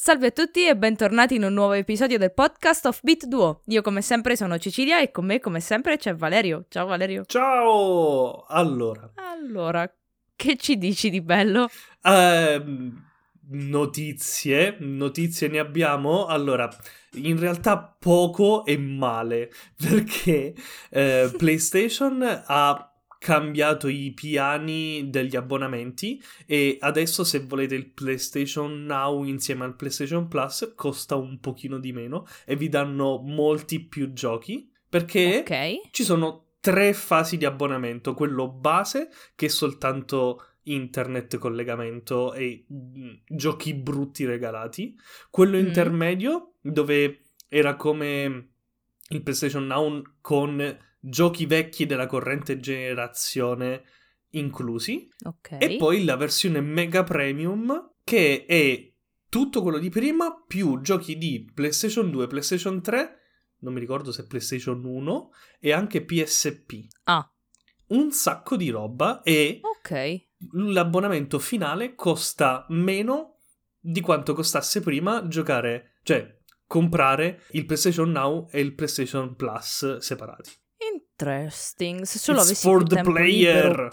Salve a tutti e bentornati in un nuovo episodio del podcast of Beat Duo. Io come sempre sono Cecilia e con me come sempre c'è Valerio. Ciao Valerio. Ciao! Allora, che ci dici di bello? Notizie ne abbiamo. Allora, in realtà poco e male, perché PlayStation ha cambiato i piani degli abbonamenti e adesso se volete il PlayStation Now insieme al PlayStation Plus costa un pochino di meno e vi danno molti più giochi, perché ci sono 3 fasi di abbonamento: quello base, che è soltanto internet, collegamento e giochi brutti regalati; quello intermedio, dove era come il PlayStation Now con giochi vecchi della corrente generazione inclusi, e poi la versione mega premium, che è tutto quello di prima più giochi di PlayStation 2, PlayStation 3, non mi ricordo se PlayStation 1 e anche PSP. Un sacco di roba, e l'abbonamento finale costa meno di quanto costasse prima giocare, cioè comprare il PlayStation Now e il PlayStation Plus separati. Interesting. Se solo It's avessi for più the tempo player.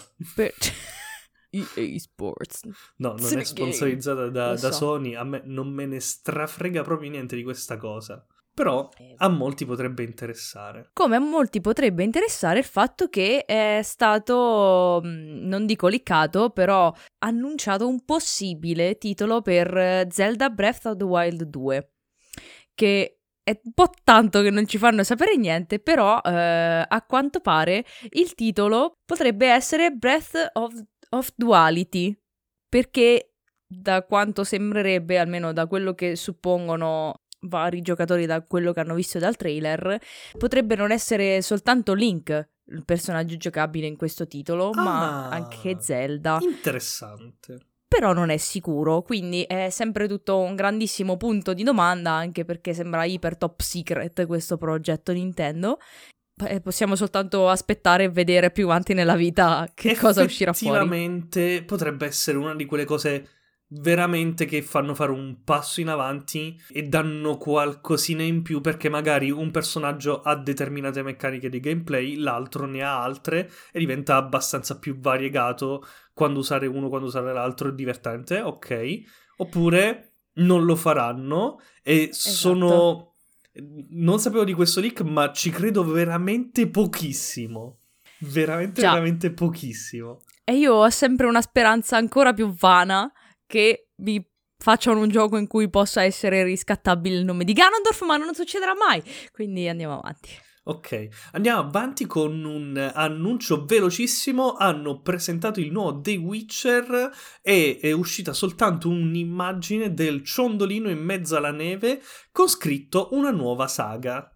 EA Sports. No, non è sponsorizzata da so. Sony. A me non me ne strafrega proprio niente di questa cosa. Però a molti potrebbe interessare. Come a molti potrebbe interessare il fatto che è stato, non dico liccato, però annunciato un possibile titolo per Zelda Breath of the Wild 2. Che è un po' tanto che non ci fanno sapere niente, però a quanto pare il titolo potrebbe essere Breath of Duality, perché da quanto sembrerebbe, almeno da quello che suppongono vari giocatori, da quello che hanno visto dal trailer, potrebbe non essere soltanto Link il personaggio giocabile in questo titolo, ma anche Zelda. Interessante. Però non è sicuro, quindi è sempre tutto un grandissimo punto di domanda, anche perché sembra iper top secret questo progetto Nintendo. Possiamo soltanto aspettare e vedere più avanti nella vita che cosa uscirà fuori. Effettivamente potrebbe essere una di quelle cose veramente che fanno fare un passo in avanti e danno qualcosina in più, perché magari un personaggio ha determinate meccaniche di gameplay, l'altro ne ha altre e diventa abbastanza più variegato quando usare uno, quando usare l'altro, è divertente, ok. Oppure non lo faranno e sono... Non sapevo di questo leak, ma ci credo veramente pochissimo. Veramente pochissimo. E io ho sempre una speranza ancora più vana che mi facciano un gioco in cui possa essere riscattabile il nome di Ganondorf, ma non succederà mai. Quindi andiamo avanti. Ok, andiamo avanti con un annuncio velocissimo. Hanno presentato il nuovo The Witcher e è uscita soltanto un'immagine del ciondolino in mezzo alla neve con scritto una nuova saga.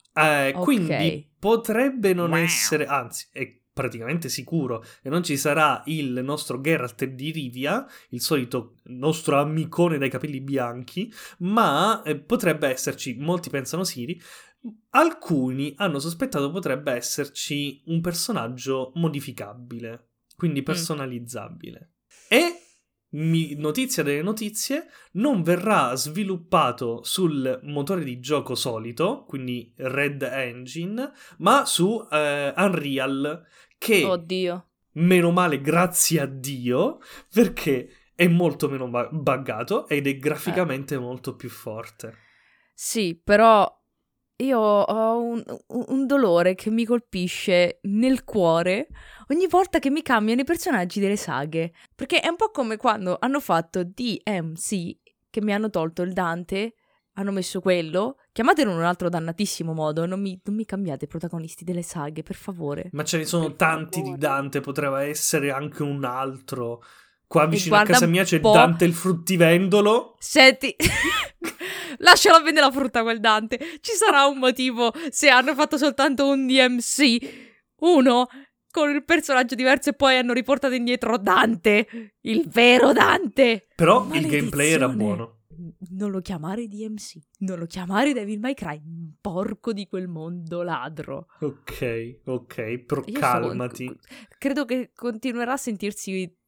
Quindi potrebbe non essere, anzi è praticamente sicuro che non ci sarà il nostro Geralt di Rivia, il solito nostro amicone dai capelli bianchi, ma potrebbe esserci, molti pensano Ciri, alcuni hanno sospettato potrebbe esserci un personaggio modificabile, quindi personalizzabile. E notizia delle notizie, non verrà sviluppato sul motore di gioco solito, quindi Red Engine, ma su Unreal, che meno male, grazie a Dio, perché è molto meno buggato ed è graficamente molto più forte. Sì, però io ho un dolore che mi colpisce nel cuore ogni volta che mi cambiano i personaggi delle saghe. Perché è un po' come quando hanno fatto DMC, che mi hanno tolto il Dante, hanno messo quello. Chiamatelo in un altro dannatissimo modo, non mi cambiate i protagonisti delle saghe, per favore. Ma ce ne sono tanti di Dante, potrebbe essere anche un altro. Qua vicino a casa mia c'è Dante il fruttivendolo. Senti... Lasciala vendere la frutta quel Dante. Ci sarà un motivo se hanno fatto soltanto un DMC, uno con il personaggio diverso, e poi hanno riportato indietro Dante, il vero Dante. Però il gameplay era buono. Non lo chiamare DMC, non lo chiamare Devil May Cry, porco di quel mondo ladro. Ok, però calmati. Credo che continuerà a sentirsi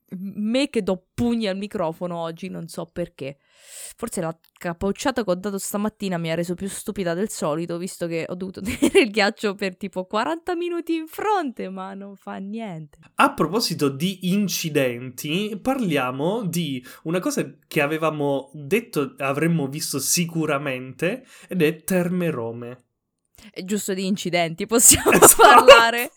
me che do pugni al microfono oggi, non so perché. Forse la capocciata che ho dato stamattina mi ha reso più stupida del solito, visto che ho dovuto tenere il ghiaccio per tipo 40 minuti in fronte, ma non fa niente. A proposito di incidenti, parliamo di una cosa che avevamo detto avremmo visto sicuramente, ed è Terme Rome. È giusto di incidenti, possiamo parlare.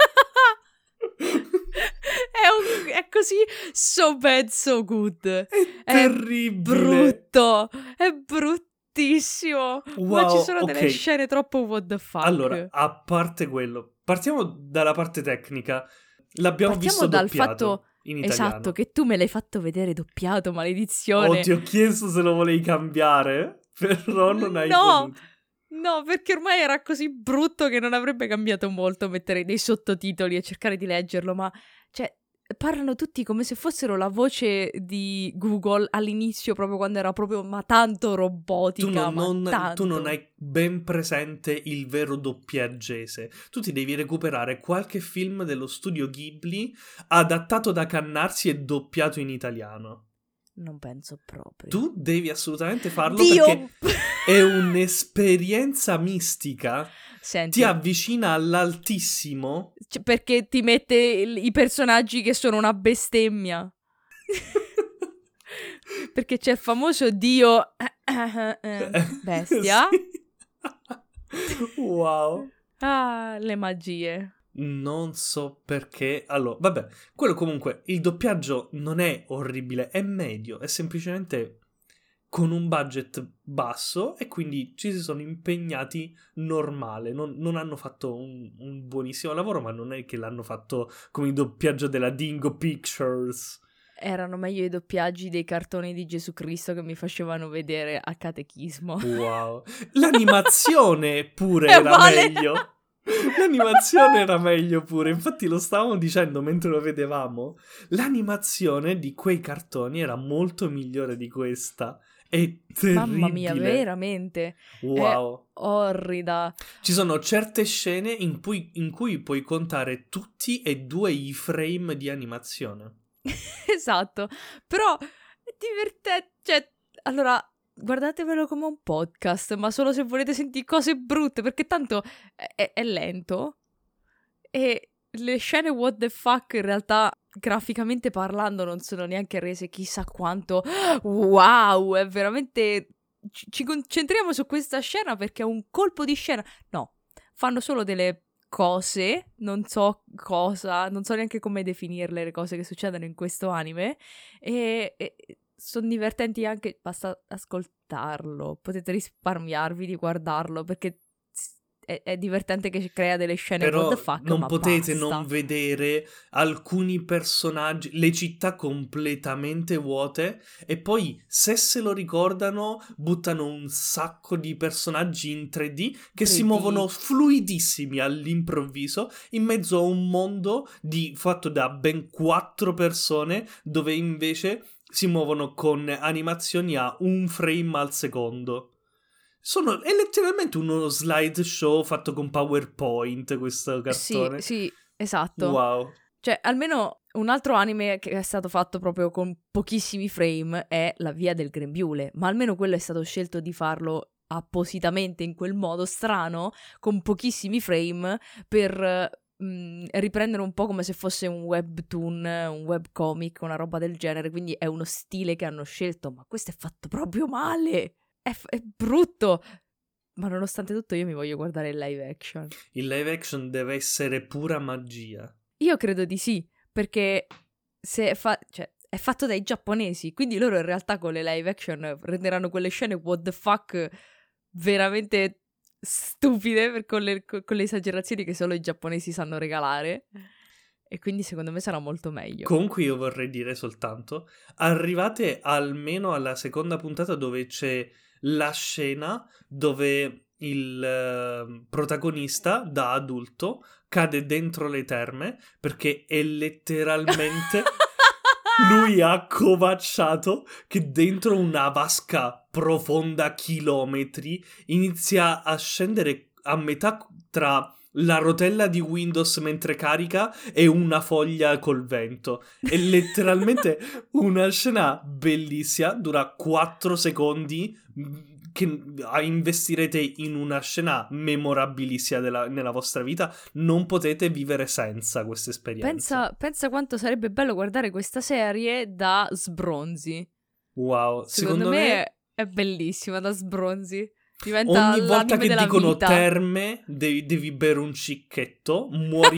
È così so bad so good. È terribile. Brutto, è bruttissimo. Wow, ma ci sono delle ok. scene troppo what the fuck. Allora, a parte quello, partiamo dalla parte tecnica. L'abbiamo Partiamo visto dal doppiato fatto in italiano. esatto che tu me l'hai fatto vedere doppiato, maledizione. Oh, ti ho chiesto se lo volevi cambiare, però non hai No, voluto. no, perché ormai era così brutto che non avrebbe cambiato molto mettere dei sottotitoli e cercare di leggerlo, ma cioè parlano tutti come se fossero la voce di Google all'inizio, proprio quando era proprio ma tanto robotica, Tu non hai ben presente il vero doppiaggese. Tu ti devi recuperare qualche film dello studio Ghibli adattato da Cannarsi e doppiato in italiano. Non penso proprio. Tu devi assolutamente farlo Dio! perché è un'esperienza mistica. Senti, Ti avvicina all'altissimo. perché ti mette i personaggi che sono una bestemmia. Perché c'è il famoso dio bestia. Sì. Wow. Ah, le magie. Non so perché. Allora, vabbè, quello comunque, il doppiaggio non è orribile, è medio, è semplicemente con un budget basso e quindi ci si sono impegnati normale. Non hanno fatto un buonissimo lavoro, ma non è che l'hanno fatto come il doppiaggio della Dingo Pictures. Erano meglio i doppiaggi dei cartoni di Gesù Cristo che mi facevano vedere a catechismo. Wow. L'animazione pure era Vale. meglio. L'animazione era meglio pure, infatti lo stavamo dicendo mentre lo vedevamo. L'animazione di quei cartoni era molto migliore di questa. È terribile. Mamma mia, veramente. Wow. È orrida. Ci sono certe scene in cui puoi contare tutti e due i frame di animazione. Esatto. Però è divertente. Cioè, allora, guardatevelo come un podcast, ma solo se volete sentire cose brutte, perché tanto è lento. E le scene what the fuck in realtà, graficamente parlando, non sono neanche rese chissà quanto. Wow, è veramente... Ci concentriamo su questa scena perché è un colpo di scena. No, fanno solo delle cose, non so cosa, non so neanche come definirle le cose che succedono in questo anime, e sono divertenti anche, basta ascoltarlo, potete risparmiarvi di guardarlo perché è divertente che crea delle scene però what the fuck, non ma potete basta. non vedere alcuni personaggi, le città completamente vuote, e poi se se lo ricordano buttano un sacco di personaggi in 3D che si 3D. muovono fluidissimi all'improvviso in mezzo a un mondo fatto da ben 4 persone, dove invece si muovono con animazioni a un frame al secondo. È letteralmente uno slideshow fatto con PowerPoint, questo cartone. Sì, esatto. Wow. Cioè, almeno un altro anime che è stato fatto proprio con pochissimi frame è La Via del Grembiule, ma almeno quello è stato scelto di farlo appositamente in quel modo strano, con pochissimi frame, per riprendere un po' come se fosse un webtoon, un webcomic, una roba del genere, quindi è uno stile che hanno scelto, ma questo è fatto proprio male! È brutto, ma nonostante tutto io mi voglio guardare il live action. Il live action deve essere pura magia. Io credo di sì, perché se è fatto dai giapponesi, quindi loro in realtà con le live action renderanno quelle scene what the fuck veramente stupide con le esagerazioni che solo i giapponesi sanno regalare. E quindi secondo me sarà molto meglio. Comunque io vorrei dire soltanto, arrivate almeno alla seconda puntata dove c'è la scena dove il protagonista da adulto cade dentro le terme perché è letteralmente lui ha covacciato che dentro una vasca profonda chilometri inizia a scendere a metà tra la rotella di Windows mentre carica e una foglia col vento. È letteralmente una scena bellissima, dura 4 secondi, che investirete in una scena memorabilissima nella vostra vita. Non potete vivere senza questa esperienza. Pensa quanto sarebbe bello guardare questa serie da sbronzi. Wow, Secondo me è bellissima da sbronzi. Diventa ogni volta che dicono vita. terme, devi bere un cicchetto, muori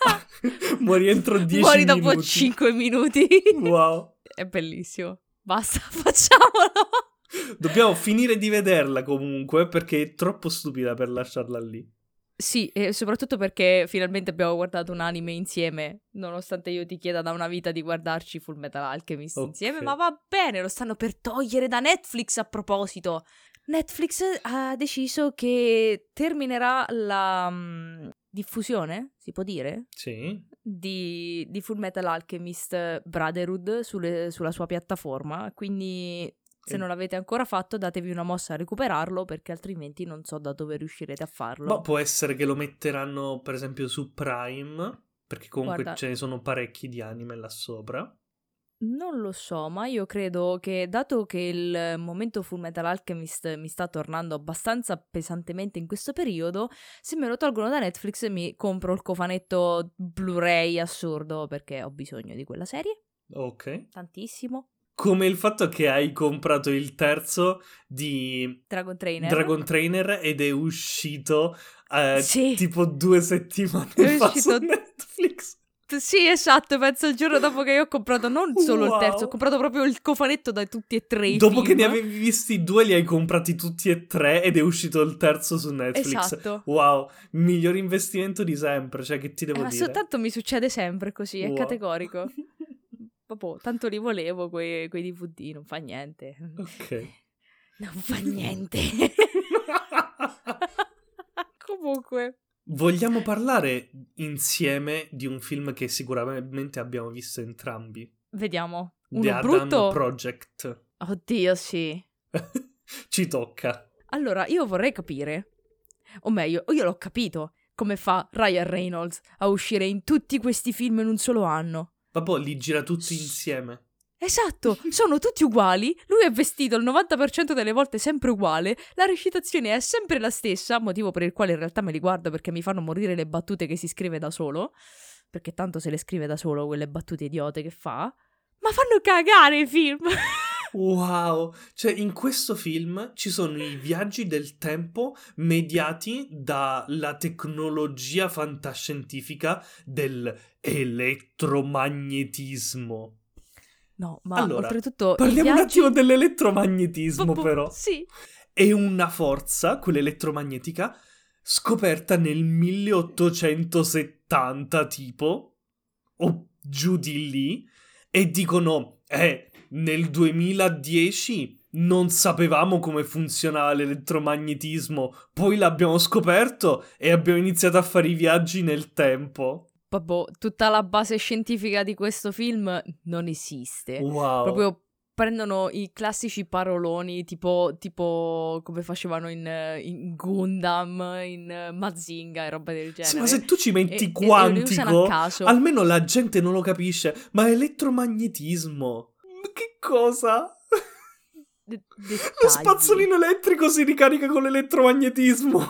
entro 10 muori minuti. dopo 5 minuti. Wow. È bellissimo. Basta, facciamolo. Dobbiamo finire di vederla comunque, perché è troppo stupida per lasciarla lì. Sì, e soprattutto perché finalmente abbiamo guardato un anime insieme, nonostante io ti chieda da una vita di guardarci Full Metal Alchemist insieme, ma va bene, lo stanno per togliere da Netflix a proposito. Netflix ha deciso che terminerà la diffusione, si può dire? Sì. Di Full Metal Alchemist Brotherhood sulla sua piattaforma, quindi se non l'avete ancora fatto datevi una mossa a recuperarlo, perché altrimenti non so da dove riuscirete a farlo. Ma può essere che lo metteranno per esempio su Prime, perché comunque ce ne sono parecchi di anime là sopra. Non lo so, ma io credo che, dato che il momento Full Metal Alchemist mi sta tornando abbastanza pesantemente in questo periodo, se me lo tolgono da Netflix mi compro il cofanetto Blu-ray assurdo, perché ho bisogno di quella serie. Ok. Tantissimo. Come il fatto che hai comprato il terzo di Dragon Trainer ed è uscito sì. tipo 2 settimane fa su Netflix. Sì, esatto, penso il giorno dopo che io ho comprato non solo il terzo, ho comprato proprio il cofanetto da tutti e 3 i dopo film. Che ne avevi visti 2 li hai comprati tutti e 3 ed è uscito il terzo su Netflix. Esatto. Wow, miglior investimento di sempre, cioè che ti devo dire? Ma soltanto mi succede sempre così, è categorico. Proprio, tanto li volevo quei DVD, non fa niente. Ok. Non fa niente. Comunque. Vogliamo parlare insieme di un film che sicuramente abbiamo visto entrambi? Vediamo. The Adam Project. Oddio, sì. Ci tocca. Allora, io vorrei capire, o meglio, io l'ho capito, come fa Ryan Reynolds a uscire in tutti questi film in un solo anno. Ma poi li gira tutti insieme. Esatto, sono tutti uguali, lui è vestito il 90% delle volte sempre uguale, la recitazione è sempre la stessa, motivo per il quale in realtà me li guardo perché mi fanno morire le battute che si scrive da solo, perché tanto se le scrive da solo quelle battute idiote che fa, ma fanno cagare i film! Wow, cioè in questo film ci sono i viaggi del tempo mediati dalla tecnologia fantascientifica dell'elettromagnetismo. No, ma allora, oltretutto parliamo un attimo dell'elettromagnetismo però. Sì. È una forza, quella elettromagnetica, scoperta nel 1870 tipo, o giù di lì, e dicono, nel 2010 non sapevamo come funzionava l'elettromagnetismo, poi l'abbiamo scoperto e abbiamo iniziato a fare i viaggi nel tempo. Vabbè, tutta la base scientifica di questo film non esiste. Wow. Proprio prendono i classici paroloni tipo come facevano in Gundam, in Mazinga e roba del genere. Sì, ma se tu ci metti quantico, almeno la gente non lo capisce. Ma elettromagnetismo? Che cosa? Lo spazzolino elettrico si ricarica con l'elettromagnetismo.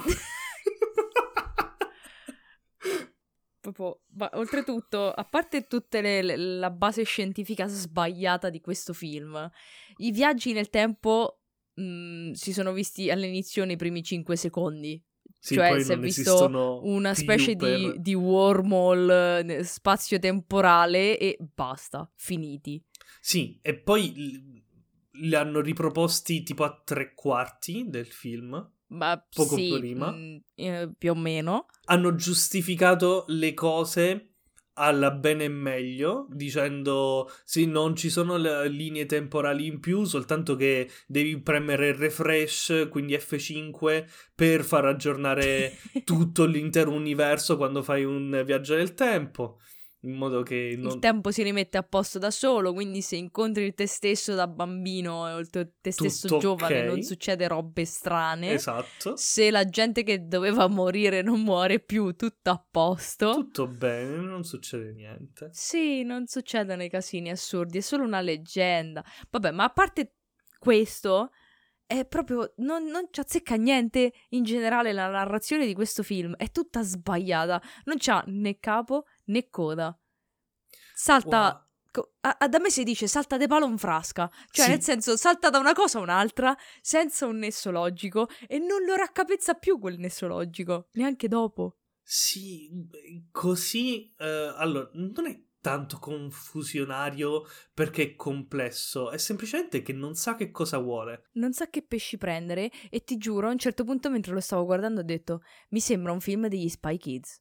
Proprio, ma oltretutto, a parte tutta la base scientifica sbagliata di questo film, i viaggi nel tempo si sono visti all'inizio nei primi 5 secondi. Sì, cioè si è visto una specie di wormhole spazio-temporale e basta, finiti. Sì, e poi li hanno riproposti tipo a 3/4 del film. Ma poco sì, prima. Più o meno. Hanno giustificato le cose alla bene e meglio, dicendo sì, non ci sono linee temporali in più, soltanto che devi premere il refresh, quindi F5, per far aggiornare tutto l'intero universo quando fai un viaggio nel tempo. in modo che Il tempo si rimette a posto da solo, quindi se incontri te stesso da bambino o te stesso tutto giovane ok. non succede robe strane. Esatto. Se la gente che doveva morire non muore più, tutto a posto. Tutto bene, non succede niente. Sì, non succedono i casini assurdi, è solo una leggenda. Vabbè, ma a parte questo, è proprio non ci azzecca niente in generale la narrazione di questo film, è tutta sbagliata, non c'ha né capo né coda. Salta, da me si dice salta de palo in frasca, cioè Sì. nel senso salta da una cosa a un'altra senza un nesso logico e non lo raccapezza più quel nesso logico, neanche dopo. Sì, così, allora, non è tanto confusionario perché è complesso, è semplicemente che non sa che cosa vuole. Non sa che pesci prendere e ti giuro, a un certo punto mentre lo stavo guardando ho detto mi sembra un film degli Spy Kids.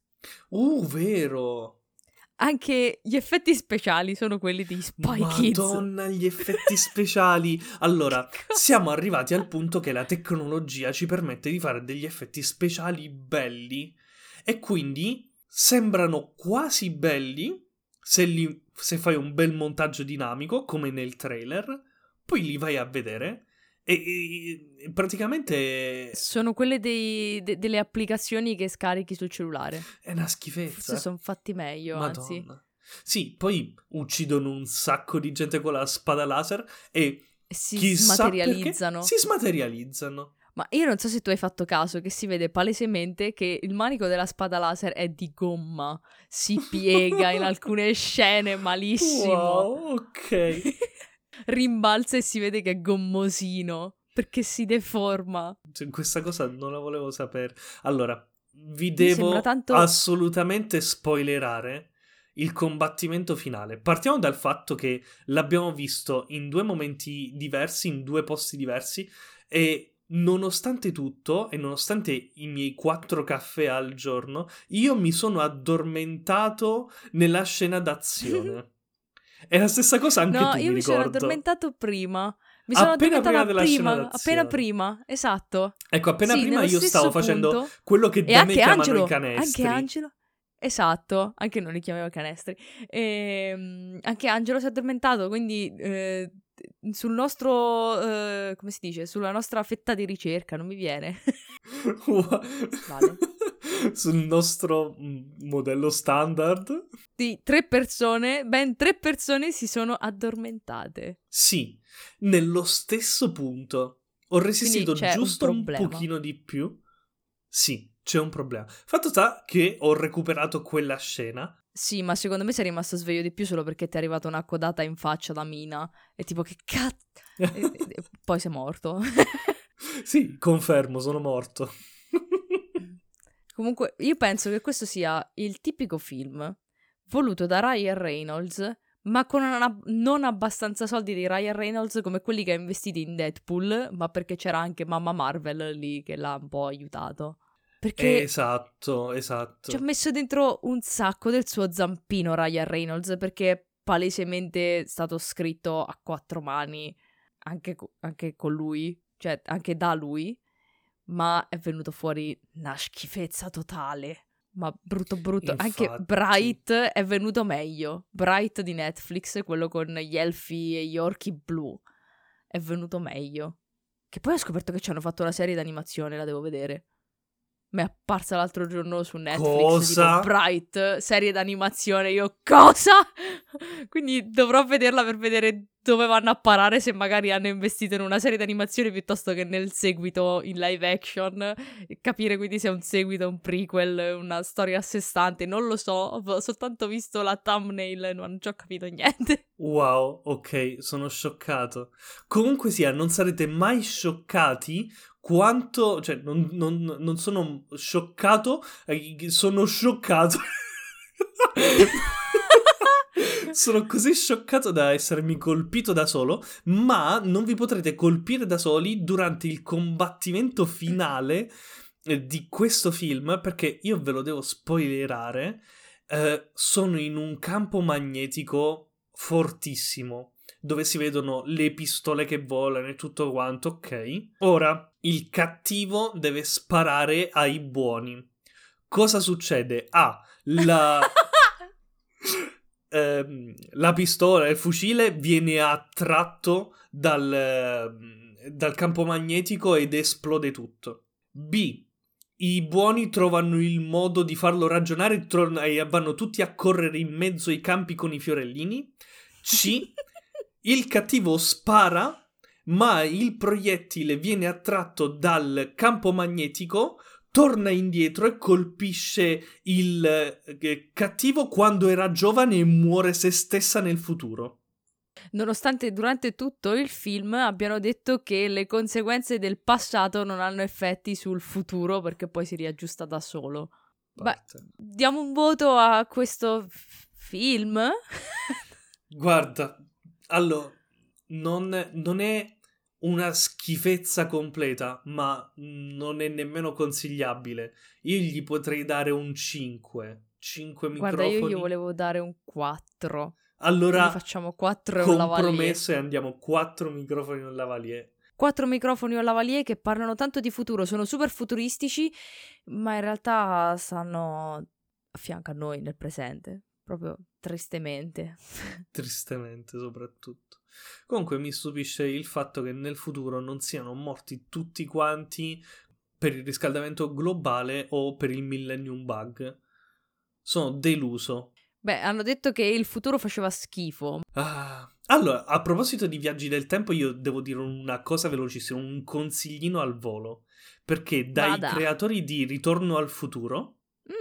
Vero! Anche gli effetti speciali sono quelli degli Spy Kids. Madonna, gli effetti speciali! Allora, siamo arrivati al punto che la tecnologia ci permette di fare degli effetti speciali belli e quindi sembrano quasi belli se fai un bel montaggio dinamico, come nel trailer, poi li vai a vedere e praticamente sono quelle delle applicazioni che scarichi sul cellulare. è una schifezza. Forse sono fatti meglio, Madonna. anzi. Sì, poi uccidono un sacco di gente con la spada laser e Si chissà smaterializzano. perché si smaterializzano. Ma io non so se tu hai fatto caso che si vede palesemente che il manico della spada laser è di gomma. Si piega in alcune scene malissimo. Wow, ok. Rimbalza e si vede che è gommosino perché si deforma. Cioè, questa cosa non la volevo sapere. Allora, vi Mi devo sembra tanto... assolutamente spoilerare il combattimento finale. Partiamo dal fatto che l'abbiamo visto in due momenti diversi, in due posti diversi e nonostante tutto e nonostante i miei 4 caffè al giorno, io mi sono addormentato nella scena d'azione. È la stessa cosa anche No, tu, io mi mi sono ricordo. addormentato prima. Mi sono Appena prima addormentata della scena prima, d'azione. appena prima, esatto. Ecco, appena Sì, prima nello io stavo stesso facendo punto. quello che E da me anche chiamano Angelo, i canestri. anche Angelo, esatto, anche non li chiamavo canestri. Anche Angelo si è addormentato, quindi sul nostro, come si dice, sulla nostra fetta di ricerca, non mi viene. Vale. Sul nostro modello standard. Di ben 3 persone si sono addormentate. Sì, nello stesso punto. Ho resistito Quindi c'è giusto un un problema. pochino di più. Sì, c'è un problema. Fatto sta che ho recuperato quella scena. Sì, ma secondo me sei rimasto sveglio di più solo perché ti è arrivata una codata in faccia da Mina. E tipo, che cazzo... e poi sei morto. Sì, confermo, sono morto. Comunque, io penso che questo sia il tipico film voluto da Ryan Reynolds, ma con non abbastanza soldi di Ryan Reynolds come quelli che ha investiti in Deadpool, ma perché c'era anche Mamma Marvel lì che l'ha un po' aiutato. Perché Esatto. ci ha messo dentro un sacco del suo zampino Ryan Reynolds, perché è palesemente stato scritto a 4 mani anche con lui, cioè anche da lui, ma è venuto fuori una schifezza totale. Ma brutto. Infatti. Anche Bright è venuto meglio. Bright di Netflix, quello con gli elfi e gli orchi blu, è venuto meglio. Che poi ho scoperto che ci hanno fatto una serie d'animazione, la devo vedere. Mi è apparsa l'altro giorno su Netflix. Cosa? Tipo Bright, serie d'animazione. Io, cosa? Quindi dovrò vederla per vedere dove vanno a parare, se magari hanno investito in una serie d'animazione piuttosto che nel seguito in live action. E capire quindi se è un seguito, un prequel, una storia a sé stante. Non lo so, ho soltanto visto la thumbnail e non ci ho capito niente. Wow, ok, sono scioccato. Comunque sia, non sarete mai scioccati quanto... Cioè, non sono scioccato, sono scioccato. Sono così scioccato da essermi colpito da solo, ma non vi potrete colpire da soli durante il combattimento finale di questo film, perché io ve lo devo spoilerare. Sono in un campo magnetico fortissimo, dove si vedono le pistole che volano e tutto quanto, ok? Ora, il cattivo deve sparare ai buoni. Cosa succede? la pistola, il fucile viene attratto dal campo magnetico ed esplode tutto. B. I buoni trovano il modo di farlo ragionare e vanno tutti a correre in mezzo ai campi con i fiorellini. C. Il cattivo spara, ma il proiettile viene attratto dal campo magnetico, torna indietro e colpisce il cattivo quando era giovane e muore se stessa nel futuro. Nonostante durante tutto il film abbiano detto che le conseguenze del passato non hanno effetti sul futuro perché poi si riaggiusta da solo. Beh, diamo un voto a questo film? Guarda, allora, non è una schifezza completa, ma non è nemmeno consigliabile. Io gli potrei dare un 5. 5 Guarda, microfoni. io volevo dare un 4. Allora, quindi facciamo 4 e un lavalier. Compromesso e andiamo 4 microfoni e un lavalier. 4 microfoni e un lavalier che parlano tanto di futuro, sono super futuristici, ma in realtà stanno a fianco a noi nel presente, proprio tristemente. Tristemente, soprattutto. Comunque mi stupisce il fatto che nel futuro non siano morti tutti quanti per il riscaldamento globale o per il Millennium Bug. Sono deluso. Beh, hanno detto che il futuro faceva schifo. Allora, a proposito di viaggi del tempo, io devo dire una cosa velocissima, un consiglino al volo. Perché dai creatori di Ritorno al futuro...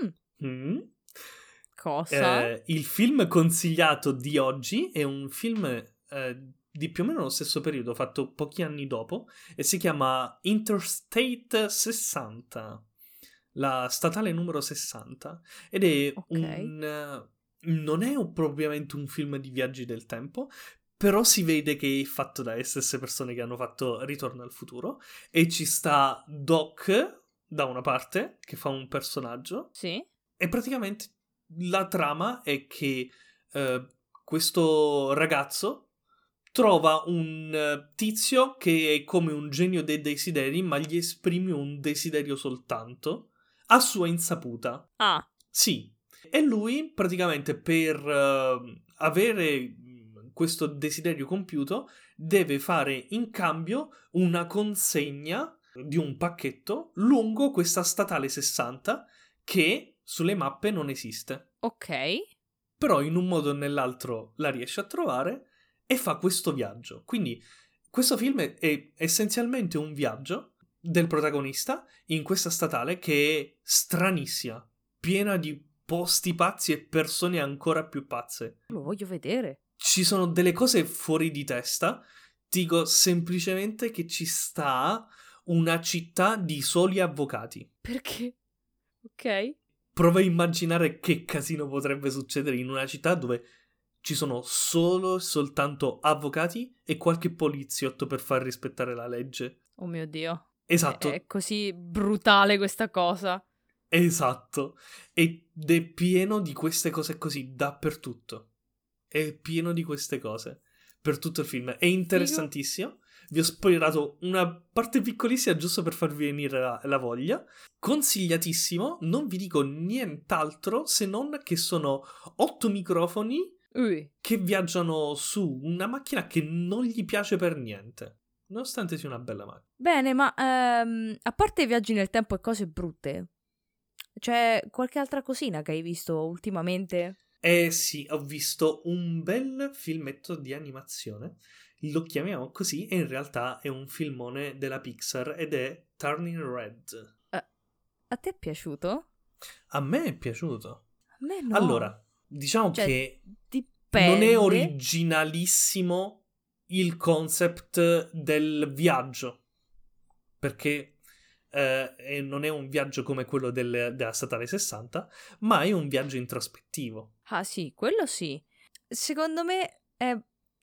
Cosa? Il film consigliato di oggi è un film di più o meno lo stesso periodo, fatto pochi anni dopo, e si chiama Interstate 60, la statale numero 60, ed è non è propriamente un film di viaggi del tempo, però si vede che è fatto dalle stesse persone che hanno fatto Ritorno al futuro, e ci sta Doc da una parte, che fa un personaggio, sì, e praticamente la trama è che questo ragazzo trova un tizio che è come un genio dei desideri, ma gli esprime un desiderio soltanto a sua insaputa. Ah. Sì. E lui praticamente per avere questo desiderio compiuto deve fare in cambio una consegna di un pacchetto lungo questa statale 60 che sulle mappe non esiste. Ok. Però in un modo o nell'altro la riesce a trovare e fa questo viaggio. Quindi questo film è essenzialmente un viaggio del protagonista in questa statale che è stranissima, piena di posti pazzi e persone ancora più pazze. Lo voglio vedere. Ci sono delle cose fuori di testa. Dico semplicemente che ci sta una città di soli avvocati. Perché? Ok. Prova a immaginare che casino potrebbe succedere in una città dove ci sono solo e soltanto avvocati e qualche poliziotto per far rispettare la legge. Oh mio Dio. Esatto. È così brutale questa cosa. Esatto. Ed è pieno di queste cose così dappertutto. È pieno di queste cose per tutto il film. È interessantissimo. Vi ho spoilerato una parte piccolissima giusto per farvi venire la voglia. Consigliatissimo. Non vi dico nient'altro se non che sono 8 microfoni che viaggiano su una macchina che non gli piace per niente, nonostante sia una bella macchina. Bene, ma a parte i viaggi nel tempo e cose brutte, c'è qualche altra cosina che hai visto ultimamente? Sì, ho visto un bel filmetto di animazione, lo chiamiamo così, e in realtà è un filmone della Pixar ed è Turning Red. A te è piaciuto? A me è piaciuto. A me no. Allora, diciamo che dipende. Non è originalissimo il concept del viaggio, perché non è un viaggio come quello della statale 60, ma è un viaggio introspettivo. Ah sì, quello sì. Secondo me è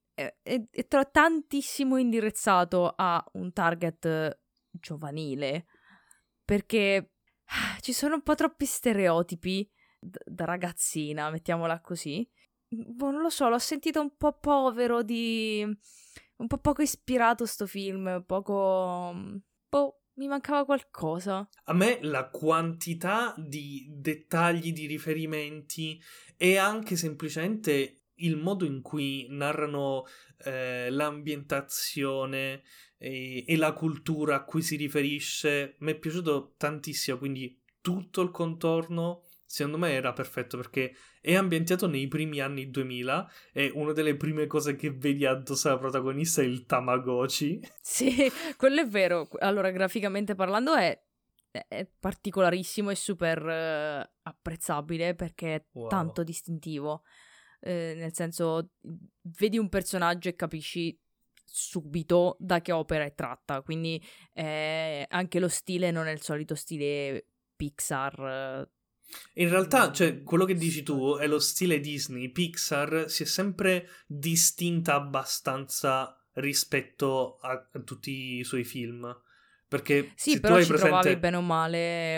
tantissimo indirizzato a un target giovanile, perché ci sono un po' troppi stereotipi da ragazzina, mettiamola così. Boh, non lo so, l'ho sentito un po' povero un po' poco ispirato sto film, poco... Boh, mi mancava qualcosa. A me la quantità di dettagli, di riferimenti e anche semplicemente il modo in cui narrano l'ambientazione e la cultura a cui si riferisce mi è piaciuto tantissimo, quindi tutto il contorno secondo me era perfetto perché è ambientato nei primi anni 2000 e una delle prime cose che vedi addosso alla protagonista è il Tamagotchi. Sì, quello è vero. Allora, graficamente parlando è particolarissimo e super apprezzabile perché è Wow. tanto distintivo. Nel senso, vedi un personaggio e capisci subito da che opera è tratta. Quindi anche lo stile non è il solito stile Pixar. In realtà, cioè, quello che dici tu è lo stile Disney. Pixar si è sempre distinta abbastanza rispetto a tutti i suoi film. Perché Sì, se tu però hai ci trovavi presente... bene o male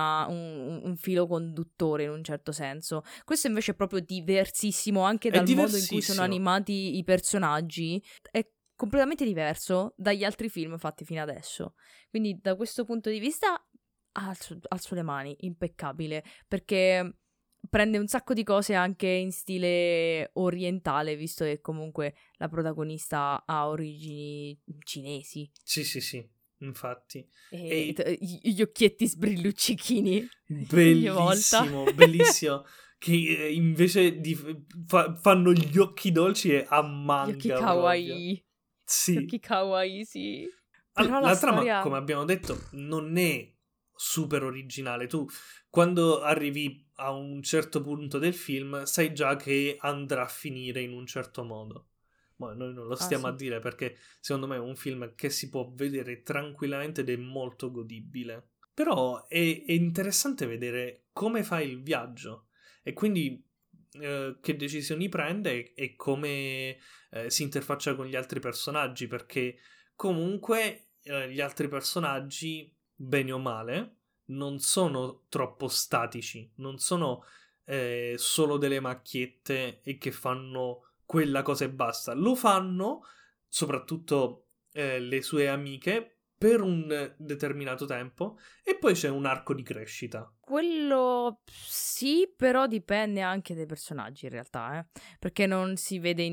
un filo conduttore in un certo senso. Questo invece è proprio diversissimo anche È dal modo in cui sono diversissimo. animati i personaggi. È completamente diverso dagli altri film fatti fino adesso. Quindi da questo punto di vista alzo le mani, impeccabile, perché prende un sacco di cose anche in stile orientale, visto che comunque la protagonista ha origini cinesi. Sì, sì, sì, infatti. E E gli occhietti sbrilluccichini ogni volta. bellissimo, bellissimo. Che invece fanno gli occhi dolci e a Gli occhi manga proprio. kawaii. Gli Sì. occhi kawaii, sì. Però la La trama, storia... come abbiamo detto, non è super originale. Tu, quando arrivi a un certo punto del film, sai già che andrà a finire in un certo modo. Ma noi non lo Ah, stiamo a sì. dire perché secondo me è un film che si può vedere tranquillamente ed è molto godibile. Però è interessante vedere come fa il viaggio e quindi che decisioni prende e come si interfaccia con gli altri personaggi perché comunque gli altri personaggi, bene o male, non sono troppo statici, non sono solo delle macchiette e che fanno quella cosa e basta. Lo fanno, soprattutto le sue amiche, per un determinato tempo e poi c'è un arco di crescita. Quello sì, però dipende anche dai personaggi in realtà, perché non si vede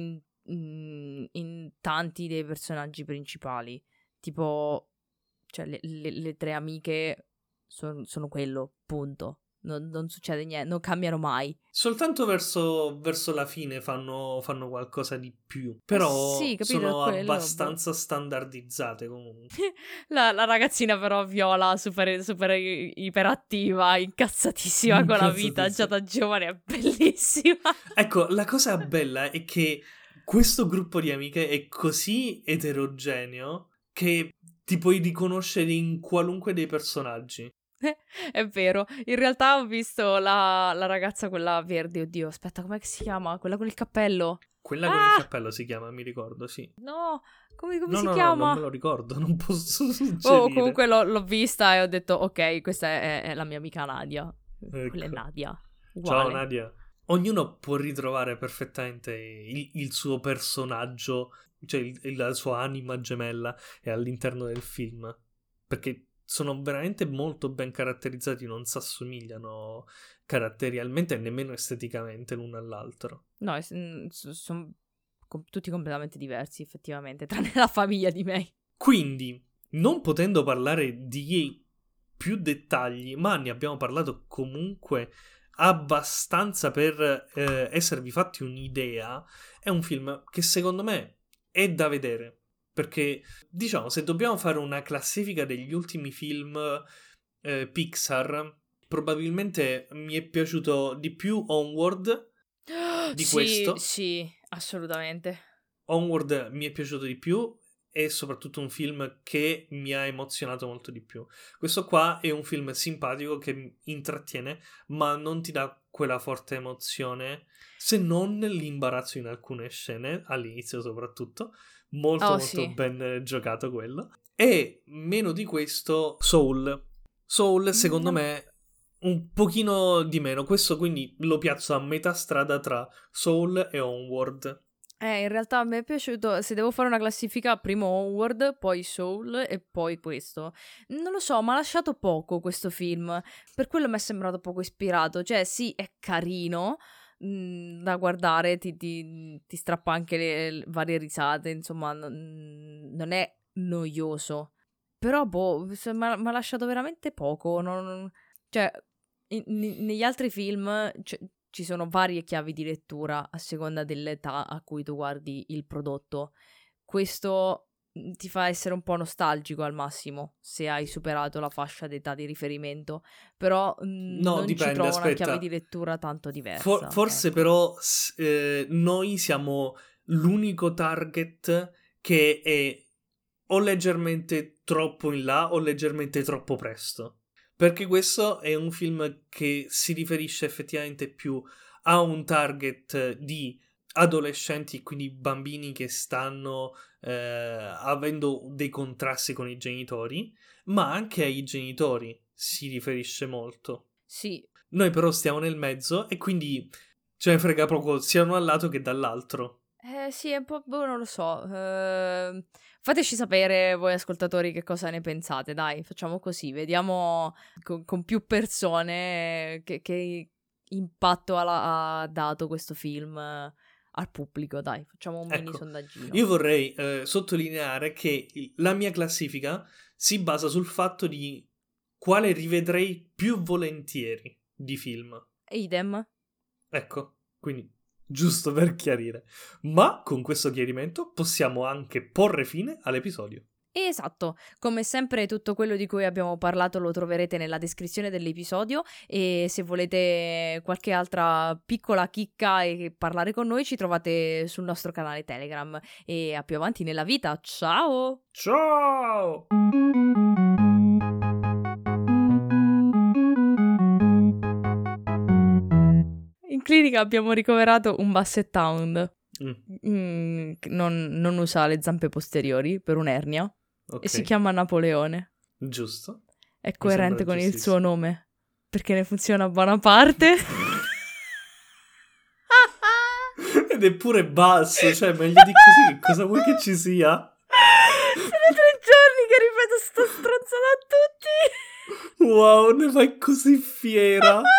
in tanti dei personaggi principali. Tipo, cioè, le tre amiche sono quello, punto. Non succede niente, non cambiano mai. Soltanto verso la fine fanno qualcosa di più, Eh sì, però capito, è sono quello, boh. abbastanza standardizzate comunque. La ragazzina però viola, super, super iperattiva, incazzatissima con la vita, già Incazzatissimo. da giovane, è bellissima. Ecco, la cosa bella è che questo gruppo di amiche è così eterogeneo che ti puoi riconoscere in qualunque dei personaggi. È vero, in realtà ho visto la ragazza quella verde, oddio, aspetta, com'è che si chiama? Quella con il cappello. Quella con il Ah, cappello si chiama, mi ricordo, sì. no, come No, si no, no, non me chiama? lo ricordo, non posso Oh, suggerire. comunque l'ho vista e ho detto, ok, questa è la mia amica Nadia. Quella è Ecco. Nadia, Ciao uguale. Nadia. Ognuno può ritrovare perfettamente il suo personaggio, cioè la sua anima gemella è all'interno del film, perché sono veramente molto ben caratterizzati, non si assomigliano caratterialmente e nemmeno esteticamente l'uno all'altro. No, sono tutti completamente diversi, effettivamente, tranne la famiglia di May. Quindi, non potendo parlare di più dettagli, ma ne abbiamo parlato comunque abbastanza per esservi fatti un'idea, è un film che secondo me è da vedere. Perché, diciamo, se dobbiamo fare una classifica degli ultimi film Pixar, probabilmente mi è piaciuto di più Onward di Sì, questo. sì, assolutamente. Onward mi è piaciuto di più è soprattutto un film che mi ha emozionato molto di più. Questo qua è un film simpatico che intrattiene, ma non ti dà quella forte emozione, se non l'imbarazzo in alcune scene, all'inizio soprattutto. Molto Oh, molto sì. ben giocato quello. E meno di questo Soul. Soul secondo me un pochino di meno. Questo quindi lo piazzo a metà strada tra Soul e Onward. In realtà a me è piaciuto, se devo fare una classifica, primo Onward, poi Soul e poi questo. Non lo so, mi ha lasciato poco questo film, per quello mi è sembrato poco ispirato. Cioè, sì, è carino, da guardare, ti strappa anche le varie risate, insomma, non è noioso. Però, mi ha lasciato veramente poco. Cioè, negli altri film ci sono varie chiavi di lettura a seconda dell'età a cui tu guardi il prodotto. Questo ti fa essere un po' nostalgico al massimo, se hai superato la fascia d'età di riferimento, però non dipende, ci trovo aspetta. una chiave di lettura tanto diversa. Forse ecco. però noi siamo l'unico target che è o leggermente troppo in là o leggermente troppo presto, perché questo è un film che si riferisce effettivamente più a un target di adolescenti, quindi bambini che stanno avendo dei contrasti con i genitori, ma anche ai genitori si riferisce molto. Sì. Noi però stiamo nel mezzo e quindi ce ne frega poco sia da un lato che dall'altro. Sì, è un po', non lo so. Fateci sapere voi ascoltatori che cosa ne pensate, dai, facciamo così, vediamo con più persone che impatto ha dato questo film al pubblico, dai, facciamo un mini sondaggino. Io vorrei sottolineare che la mia classifica si basa sul fatto di quale rivedrei più volentieri di film. Idem. Ecco, quindi giusto per chiarire. Ma con questo chiarimento possiamo anche porre fine all'episodio. Esatto, come sempre tutto quello di cui abbiamo parlato lo troverete nella descrizione dell'episodio e se volete qualche altra piccola chicca e parlare con noi ci trovate sul nostro canale Telegram e a più avanti nella vita, ciao! Ciao! In clinica abbiamo ricoverato un basset hound, non usa le zampe posteriori per un'ernia. Okay. E si chiama Napoleone. Giusto. È coerente con il suo nome, perché ne funziona a buona parte. Ed è pure basso, cioè meglio di così, che cosa vuoi che ci sia? Sono 3 giorni che ripeto sto stronzata a tutti. Wow, ne vai così fiera.